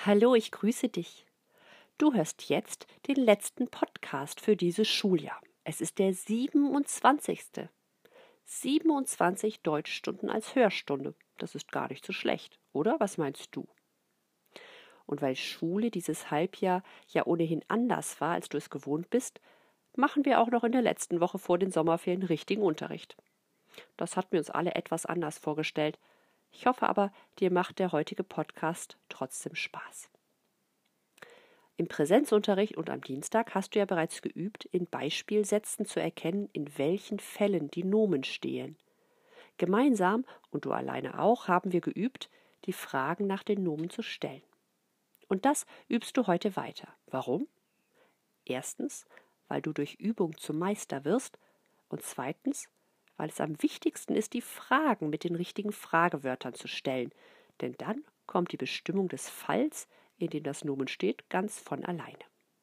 Hallo, ich grüße dich. Du hörst jetzt den letzten Podcast für dieses Schuljahr. Es ist der 27. 27 Deutschstunden als Hörstunde. Das ist gar nicht so schlecht, oder? Was meinst du? Und weil Schule dieses Halbjahr ja ohnehin anders war, als du es gewohnt bist, machen wir auch noch in der letzten Woche vor den Sommerferien richtigen Unterricht. Das hatten wir uns alle etwas anders vorgestellt. Ich hoffe aber, dir macht der heutige Podcast trotzdem Spaß. Im Präsenzunterricht und am Dienstag hast du ja bereits geübt, in Beispielsätzen zu erkennen, in welchen Fällen die Nomen stehen. Gemeinsam, und du alleine auch, haben wir geübt, die Fragen nach den Nomen zu stellen. Und das übst du heute weiter. Warum? Erstens, weil du durch Übung zum Meister wirst, und zweitens, weil es am wichtigsten ist, die Fragen mit den richtigen Fragewörtern zu stellen, denn dann kommt die Bestimmung des Falls, in dem das Nomen steht, ganz von alleine.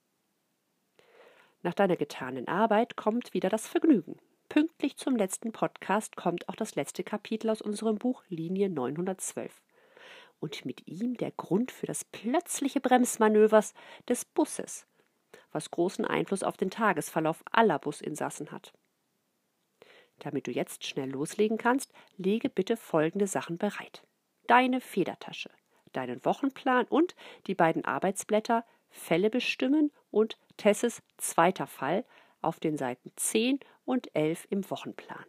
Nach deiner getanen Arbeit kommt wieder das Vergnügen. Pünktlich zum letzten Podcast kommt auch das letzte Kapitel aus unserem Buch Linie 912. Und mit ihm der Grund für das plötzliche Bremsmanövers des Busses, was großen Einfluss auf den Tagesverlauf aller Businsassen hat. Damit du jetzt schnell loslegen kannst, lege bitte folgende Sachen bereit: deine Federtasche, deinen Wochenplan und die beiden Arbeitsblätter Fälle bestimmen und Tesses zweiter Fall auf den Seiten 10 und 11 im Wochenplan.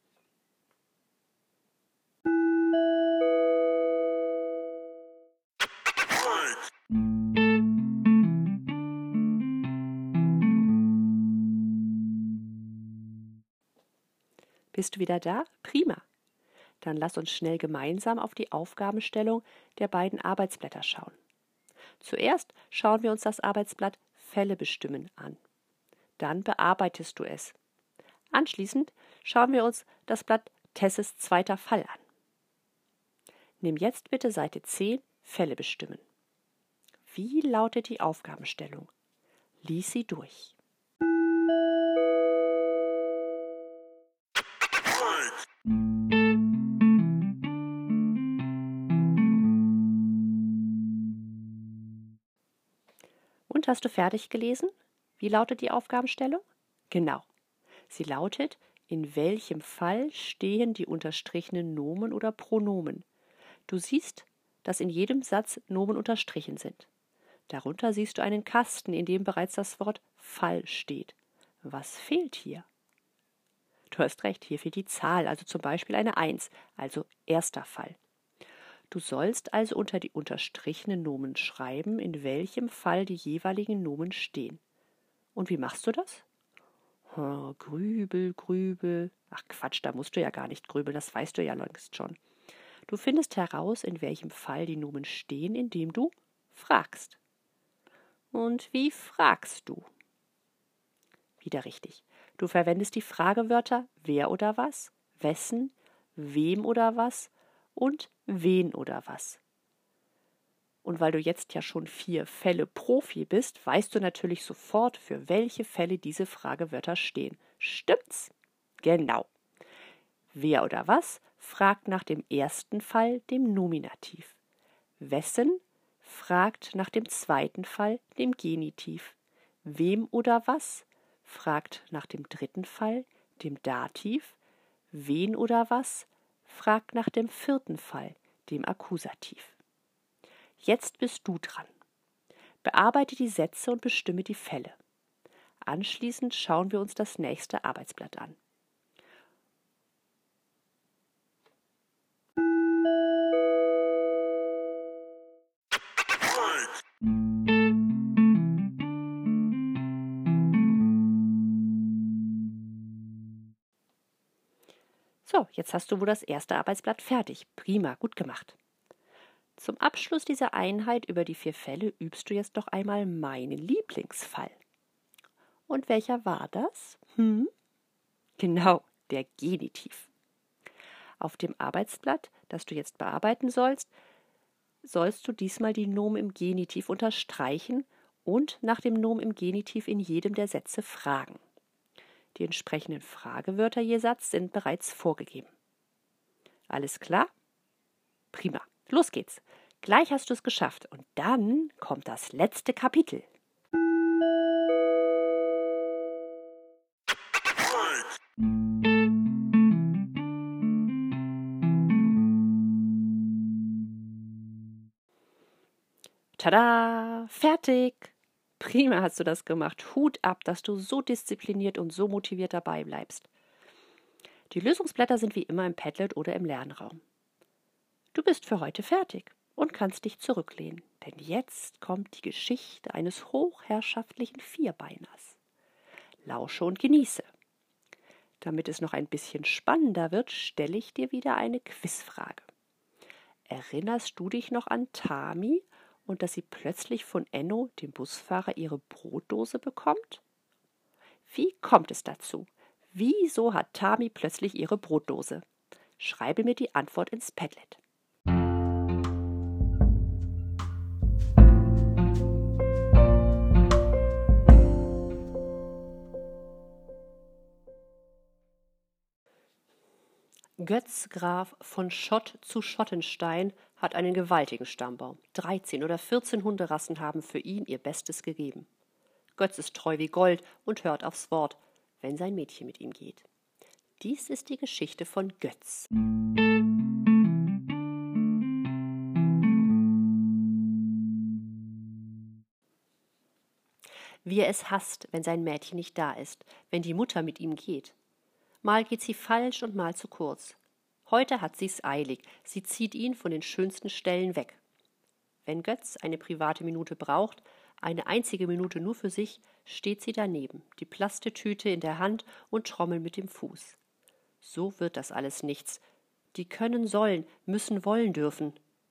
Bist du wieder da? Prima. Dann lass uns schnell gemeinsam auf die Aufgabenstellung der beiden Arbeitsblätter schauen. Zuerst schauen wir uns das Arbeitsblatt Fälle bestimmen an. Dann bearbeitest du es. Anschließend schauen wir uns das Blatt Tesses zweiter Fall an. Nimm jetzt bitte Seite 10, Fälle bestimmen. Wie lautet die Aufgabenstellung? Lies sie durch. Und hast du fertig gelesen? Wie lautet die Aufgabenstellung? Genau. Sie lautet: In welchem Fall stehen die unterstrichenen Nomen oder Pronomen? Du siehst, dass in jedem Satz Nomen unterstrichen sind. Darunter siehst du einen Kasten, in dem bereits das Wort Fall steht. Was fehlt hier? Du hast recht, hier fehlt die Zahl, also zum Beispiel eine 1, also erster Fall. Du sollst also unter die unterstrichenen Nomen schreiben, in welchem Fall die jeweiligen Nomen stehen. Und wie machst du das? Grübel, grübel. Ach Quatsch, da musst du ja gar nicht grübeln, das weißt du ja längst schon. Du findest heraus, in welchem Fall die Nomen stehen, indem du fragst. Und wie fragst du? Wieder richtig. Du verwendest die Fragewörter wer oder was, wessen, wem oder was und wen oder was. Und weil du jetzt ja schon 4 Fälle Profi bist, weißt du natürlich sofort, für welche Fälle diese Fragewörter stehen. Stimmt's? Genau. Wer oder was fragt nach dem ersten Fall, dem Nominativ. Wessen fragt nach dem zweiten Fall, dem Genitiv. Wem oder was fragt nach dem dritten Fall, dem Dativ. Wen oder was fragt nach dem vierten Fall, dem Akkusativ. Jetzt bist du dran. Bearbeite die Sätze und bestimme die Fälle. Anschließend schauen wir uns das nächste Arbeitsblatt an. So, jetzt hast du wohl das erste Arbeitsblatt fertig. Prima, gut gemacht. Zum Abschluss dieser Einheit über die 4 Fälle übst du jetzt noch einmal meinen Lieblingsfall. Und welcher war das? Genau, der Genitiv. Auf dem Arbeitsblatt, das du jetzt bearbeiten sollst du diesmal die Nomen im Genitiv unterstreichen und nach dem Nomen im Genitiv in jedem der Sätze fragen. Die entsprechenden Fragewörter je Satz sind bereits vorgegeben. Alles klar? Prima. Los geht's. Gleich hast du es geschafft und dann kommt das letzte Kapitel. Tada, fertig! Prima hast du das gemacht. Hut ab, dass du so diszipliniert und so motiviert dabei bleibst. Die Lösungsblätter sind wie immer im Padlet oder im Lernraum. Du bist für heute fertig und kannst dich zurücklehnen, denn jetzt kommt die Geschichte eines hochherrschaftlichen Vierbeiners. Lausche und genieße. Damit es noch ein bisschen spannender wird, stelle ich dir wieder eine Quizfrage. Erinnerst du dich noch an Tami und dass sie plötzlich von Enno, dem Busfahrer, ihre Brotdose bekommt? Wie kommt es dazu? Wieso hat Tami plötzlich ihre Brotdose? Schreibe mir die Antwort ins Padlet. Götz Graf von Schott zu Schottenstein hat einen gewaltigen Stammbaum. 13 oder 14 Hunderassen haben für ihn ihr Bestes gegeben. Götz ist treu wie Gold und hört aufs Wort, wenn sein Mädchen mit ihm geht. Dies ist die Geschichte von Götz. Wie er es hasst, wenn sein Mädchen nicht da ist, wenn die Mutter mit ihm geht. Mal geht sie falsch und mal zu kurz. Heute hat sie's eilig, sie zieht ihn von den schönsten Stellen weg. Wenn Götz eine private Minute braucht, eine einzige Minute nur für sich, steht sie daneben, die Plastetüte in der Hand und trommelt mit dem Fuß. So wird das alles nichts. Die können sollen, müssen wollen dürfen.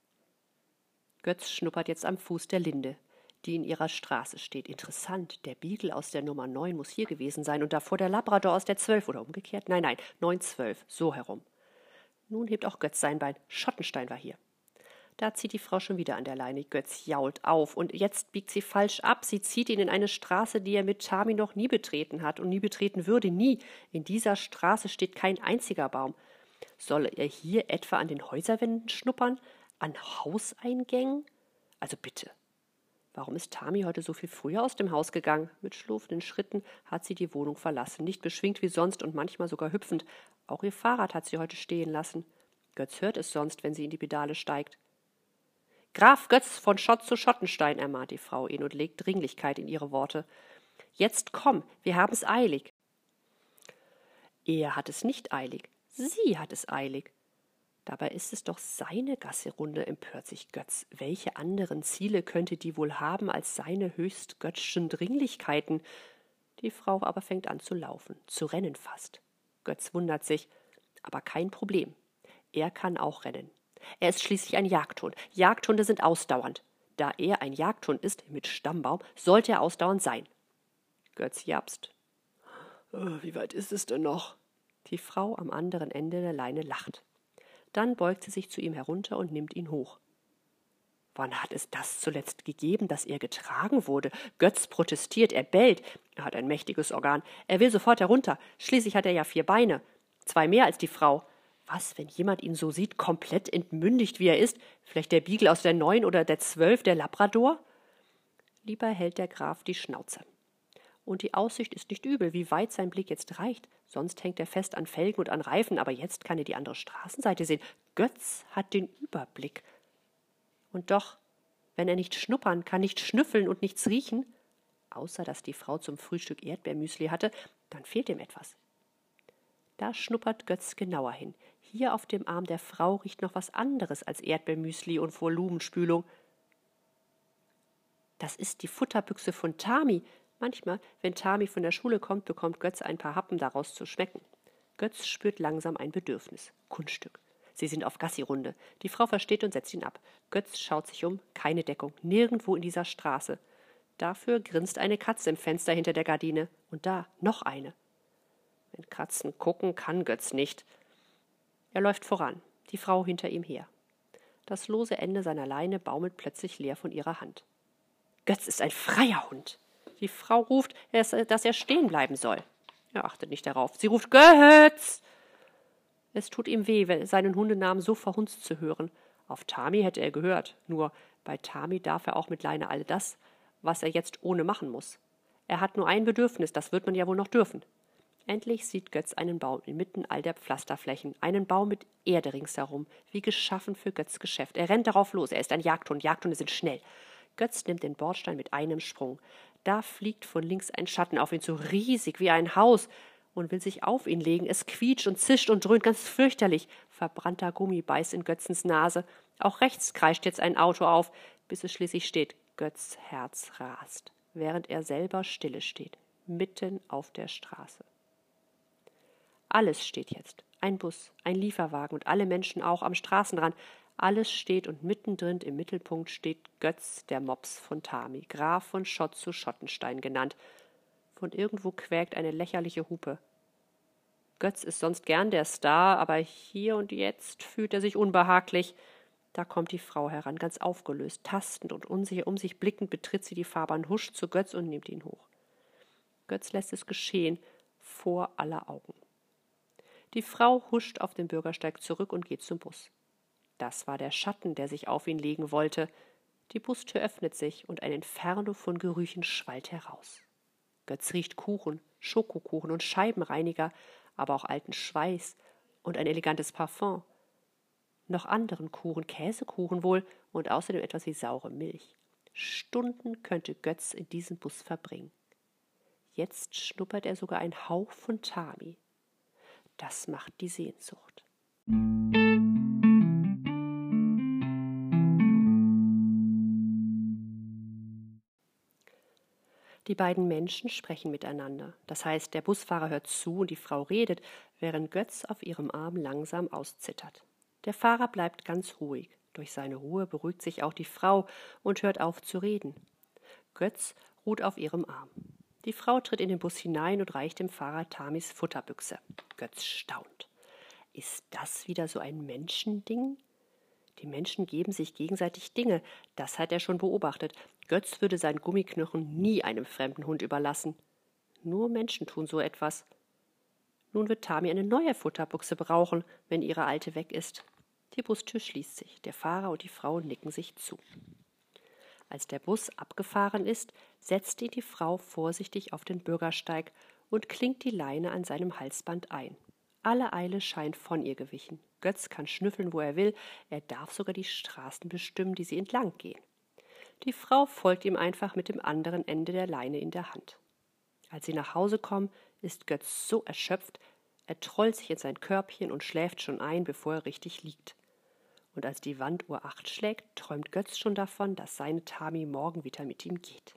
Götz schnuppert jetzt am Fuß der Linde, die in ihrer Straße steht. Interessant, der Beagle aus der Nummer 9 muss hier gewesen sein und davor der Labrador aus der 12 oder umgekehrt? Nein, 9-12, so herum. Nun hebt auch Götz sein Bein. Schottenstein war hier. Da zieht die Frau schon wieder an der Leine. Götz jault auf und jetzt biegt sie falsch ab. Sie zieht ihn in eine Straße, die er mit Tami noch nie betreten hat und nie betreten würde. Nie. In dieser Straße steht kein einziger Baum. Soll er hier etwa an den Häuserwänden schnuppern? An Hauseingängen? Also bitte. Warum ist Tami heute so viel früher aus dem Haus gegangen? Mit schlurfenden Schritten hat sie die Wohnung verlassen, nicht beschwingt wie sonst und manchmal sogar hüpfend. Auch ihr Fahrrad hat sie heute stehen lassen. Götz hört es sonst, wenn sie in die Pedale steigt. »Graf Götz von Schott zu Schottenstein«, ermahnt die Frau ihn und legt Dringlichkeit in ihre Worte. »Jetzt komm, wir haben es eilig.« Er hat es nicht eilig, sie hat es eilig. Dabei ist es doch seine Gasserunde, empört sich Götz. Welche anderen Ziele könnte die wohl haben als seine höchst götzschen Dringlichkeiten? Die Frau aber fängt an zu laufen, zu rennen fast. Götz wundert sich, aber kein Problem. Er kann auch rennen. Er ist schließlich ein Jagdhund. Jagdhunde sind ausdauernd. Da er ein Jagdhund ist, mit Stammbaum, sollte er ausdauernd sein. Götz japst. Wie weit ist es denn noch? Die Frau am anderen Ende der Leine lacht. Dann beugt sie sich zu ihm herunter und nimmt ihn hoch. Wann hat es das zuletzt gegeben, dass er getragen wurde? Götz protestiert, er bellt. Er hat ein mächtiges Organ. Er will sofort herunter. Schließlich hat er ja 4 Beine. 2 mehr als die Frau. Was, wenn jemand ihn so sieht, komplett entmündigt, wie er ist? Vielleicht der Beagle aus der 9 oder der 12, der Labrador? Lieber hält der Graf die Schnauze. Und die Aussicht ist nicht übel, wie weit sein Blick jetzt reicht. Sonst hängt er fest an Felgen und an Reifen, aber jetzt kann er die andere Straßenseite sehen. Götz hat den Überblick. Und doch, wenn er nicht schnuppern kann, nicht schnüffeln und nichts riechen, außer dass die Frau zum Frühstück Erdbeermüsli hatte, dann fehlt ihm etwas. Da schnuppert Götz genauer hin. Hier auf dem Arm der Frau riecht noch was anderes als Erdbeermüsli und Volumenspülung. Das ist die Futterbüchse von Tami. Manchmal, wenn Tami von der Schule kommt, bekommt Götz ein paar Happen daraus zu schmecken. Götz spürt langsam ein Bedürfnis. Kunststück. Sie sind auf Gassirunde. Die Frau versteht und setzt ihn ab. Götz schaut sich um. Keine Deckung. Nirgendwo in dieser Straße. Dafür grinst eine Katze im Fenster hinter der Gardine. Und da noch eine. Wenn Katzen gucken, kann Götz nicht. Er läuft voran. Die Frau hinter ihm her. Das lose Ende seiner Leine baumelt plötzlich leer von ihrer Hand. Götz ist ein freier Hund. Die Frau ruft, dass er stehen bleiben soll. Er achtet nicht darauf. Sie ruft, Götz! Es tut ihm weh, seinen Hundenamen so verhunzt zu hören. Auf Tami hätte er gehört, nur bei Tami darf er auch mit Leine all das, was er jetzt ohne machen muss. Er hat nur ein Bedürfnis, das wird man ja wohl noch dürfen. Endlich sieht Götz einen Baum inmitten all der Pflasterflächen, einen Baum mit Erde ringsherum, wie geschaffen für Götz' Geschäft. Er rennt darauf los, er ist ein Jagdhund, Jagdhunde sind schnell. Götz nimmt den Bordstein mit einem Sprung. Da fliegt von links ein Schatten auf ihn zu, riesig wie ein Haus, und will sich auf ihn legen. Es quietscht und zischt und dröhnt ganz fürchterlich. Verbrannter Gummi beißt in Götzens Nase. Auch rechts kreischt jetzt ein Auto auf, bis es schließlich steht. Götz' Herz rast, während er selber stille steht, mitten auf der Straße. Alles steht jetzt. Ein Bus, ein Lieferwagen und alle Menschen auch am Straßenrand. Alles steht und mittendrin im Mittelpunkt steht Götz, der Mops von Tami, Graf von Schott zu Schottenstein genannt. Von irgendwo quäkt eine lächerliche Hupe. Götz ist sonst gern der Star, aber hier und jetzt fühlt er sich unbehaglich. Da kommt die Frau heran, ganz aufgelöst, tastend und unsicher um sich blickend betritt sie die Fahrbahn, huscht zu Götz und nimmt ihn hoch. Götz lässt es geschehen, vor aller Augen. Die Frau huscht auf den Bürgersteig zurück und geht zum Bus. Das war der Schatten, der sich auf ihn legen wollte. Die Bustür öffnet sich und ein Inferno von Gerüchen schwallt heraus. Götz riecht Kuchen, Schokokuchen und Scheibenreiniger, aber auch alten Schweiß und ein elegantes Parfum. Noch anderen Kuchen, Käsekuchen wohl und außerdem etwas wie saure Milch. Stunden könnte Götz in diesem Bus verbringen. Jetzt schnuppert er sogar einen Hauch von Tami. Das macht die Sehnsucht. Die beiden Menschen sprechen miteinander. Das heißt, der Busfahrer hört zu und die Frau redet, während Götz auf ihrem Arm langsam auszittert. Der Fahrer bleibt ganz ruhig. Durch seine Ruhe beruhigt sich auch die Frau und hört auf zu reden. Götz ruht auf ihrem Arm. Die Frau tritt in den Bus hinein und reicht dem Fahrer Tamis Futterbüchse. Götz staunt. Ist das wieder so ein Menschending? Die Menschen geben sich gegenseitig Dinge, das hat er schon beobachtet. Götz würde seinen Gummiknochen nie einem fremden Hund überlassen. Nur Menschen tun so etwas. Nun wird Tami eine neue Futterbuchse brauchen, wenn ihre alte weg ist. Die Bustür schließt sich. Der Fahrer und die Frau nicken sich zu. Als der Bus abgefahren ist, setzt ihn die Frau vorsichtig auf den Bürgersteig und klingt die Leine an seinem Halsband ein. Alle Eile scheint von ihr gewichen. Götz kann schnüffeln, wo er will. Er darf sogar die Straßen bestimmen, die sie entlang gehen. Die Frau folgt ihm einfach mit dem anderen Ende der Leine in der Hand. Als sie nach Hause kommen, ist Götz so erschöpft, er trollt sich in sein Körbchen und schläft schon ein, bevor er richtig liegt. Und als die Wanduhr 8 schlägt, träumt Götz schon davon, dass seine Tami morgen wieder mit ihm geht.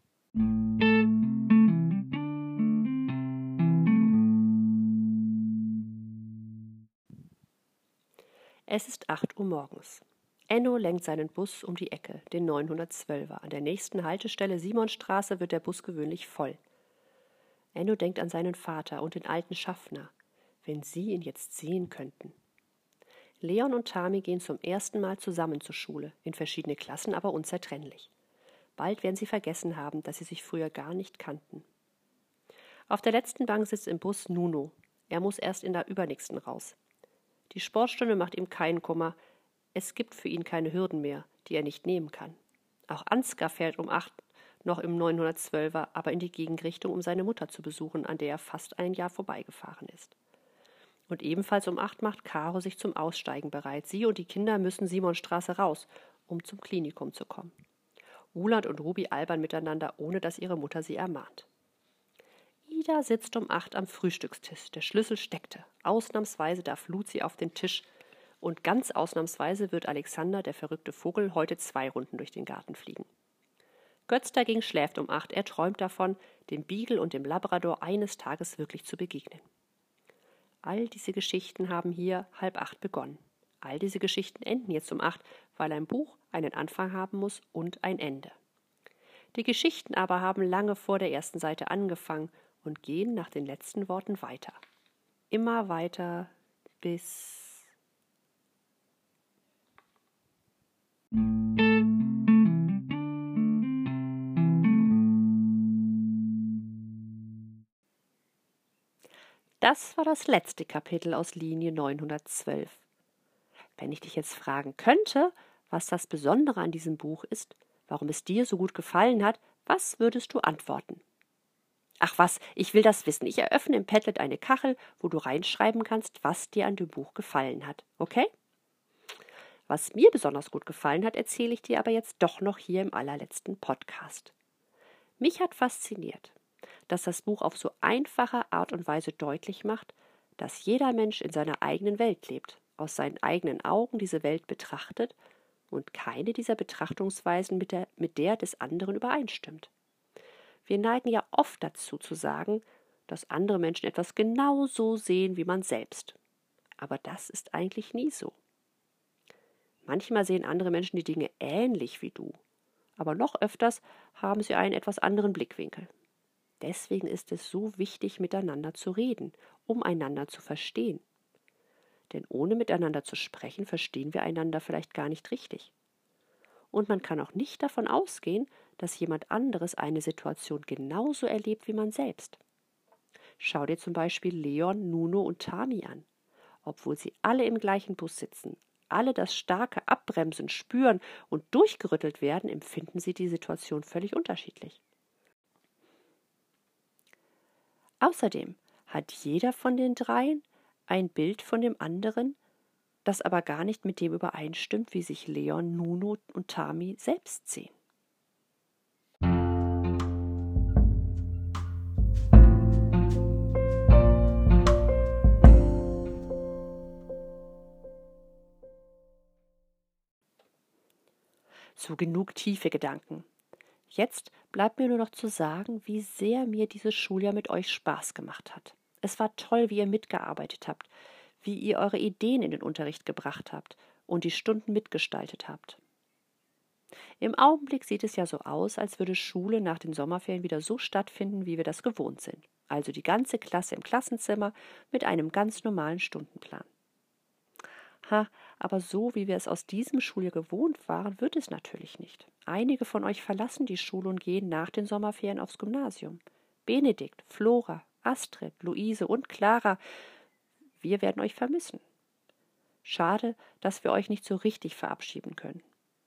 Es ist 8 Uhr morgens. Enno lenkt seinen Bus um die Ecke, den 912er. An der nächsten Haltestelle Simonstraße wird der Bus gewöhnlich voll. Enno denkt an seinen Vater und den alten Schaffner. Wenn sie ihn jetzt sehen könnten. Leon und Tami gehen zum ersten Mal zusammen zur Schule, in verschiedene Klassen, aber unzertrennlich. Bald werden sie vergessen haben, dass sie sich früher gar nicht kannten. Auf der letzten Bank sitzt im Bus Nuno. Er muss erst in der übernächsten raus. Die Sportstunde macht ihm keinen Kummer. Es gibt für ihn keine Hürden mehr, die er nicht nehmen kann. Auch Ansgar fährt um 8 noch im 912er, aber in die Gegenrichtung, um seine Mutter zu besuchen, an der er fast ein Jahr vorbeigefahren ist. Und ebenfalls um 8 macht Caro sich zum Aussteigen bereit. Sie und die Kinder müssen Simonstraße raus, um zum Klinikum zu kommen. Uland und Ruby albern miteinander, ohne dass ihre Mutter sie ermahnt. Ida sitzt um 8 am Frühstückstisch. Der Schlüssel steckte. Ausnahmsweise darf Luzi auf den Tisch. Und ganz ausnahmsweise wird Alexander, der verrückte Vogel, heute 2 Runden durch den Garten fliegen. Götz dagegen schläft um 8. Er träumt davon, dem Beagle und dem Labrador eines Tages wirklich zu begegnen. All diese Geschichten haben hier 7:30 begonnen. All diese Geschichten enden jetzt um 8, weil ein Buch einen Anfang haben muss und ein Ende. Die Geschichten aber haben lange vor der ersten Seite angefangen und gehen nach den letzten Worten weiter. Immer weiter bis... Das war das letzte Kapitel aus Linie 912. Wenn ich dich jetzt fragen könnte, was das Besondere an diesem Buch ist, warum es dir so gut gefallen hat, was würdest du antworten? Ach was, ich will das wissen. Ich eröffne im Padlet eine Kachel, wo du reinschreiben kannst, was dir an dem Buch gefallen hat. Okay? Was mir besonders gut gefallen hat, erzähle ich dir aber jetzt doch noch hier im allerletzten Podcast. Mich hat fasziniert, dass das Buch auf so einfache Art und Weise deutlich macht, dass jeder Mensch in seiner eigenen Welt lebt, aus seinen eigenen Augen diese Welt betrachtet und keine dieser Betrachtungsweisen mit der des anderen übereinstimmt. Wir neigen ja oft dazu zu sagen, dass andere Menschen etwas genau so sehen wie man selbst. Aber das ist eigentlich nie so. Manchmal sehen andere Menschen die Dinge ähnlich wie du, aber noch öfters haben sie einen etwas anderen Blickwinkel. Deswegen ist es so wichtig, miteinander zu reden, um einander zu verstehen. Denn ohne miteinander zu sprechen, verstehen wir einander vielleicht gar nicht richtig. Und man kann auch nicht davon ausgehen, dass jemand anderes eine Situation genauso erlebt wie man selbst. Schau dir zum Beispiel Leon, Nuno und Tami an. Obwohl sie alle im gleichen Bus sitzen, alle das starke Abbremsen spüren und durchgerüttelt werden, empfinden sie die Situation völlig unterschiedlich. Außerdem hat jeder von den dreien ein Bild von dem anderen, das aber gar nicht mit dem übereinstimmt, wie sich Leon, Nuno und Tami selbst sehen. So genug tiefe Gedanken. Jetzt bleibt mir nur noch zu sagen, wie sehr mir dieses Schuljahr mit euch Spaß gemacht hat. Es war toll, wie ihr mitgearbeitet habt, wie ihr eure Ideen in den Unterricht gebracht habt und die Stunden mitgestaltet habt. Im Augenblick sieht es ja so aus, als würde Schule nach den Sommerferien wieder so stattfinden, wie wir das gewohnt sind. Also die ganze Klasse im Klassenzimmer mit einem ganz normalen Stundenplan. Aber so, wie wir es aus diesem Schuljahr gewohnt waren, wird es natürlich nicht. Einige von euch verlassen die Schule und gehen nach den Sommerferien aufs Gymnasium. Benedikt, Flora, Astrid, Luise und Clara, wir werden euch vermissen. Schade, dass wir euch nicht so richtig verabschieden können.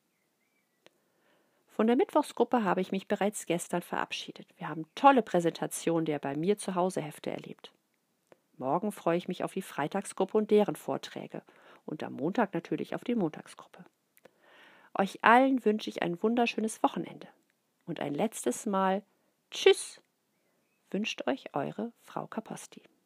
Von der Mittwochsgruppe habe ich mich bereits gestern verabschiedet. Wir haben tolle Präsentationen der bei mir zu Hause Hefte erlebt. Morgen freue ich mich auf die Freitagsgruppe und deren Vorträge. Und am Montag natürlich auf die Montagsgruppe. Euch allen wünsche ich ein wunderschönes Wochenende. Und ein letztes Mal Tschüss, wünscht euch eure Frau Kaposti.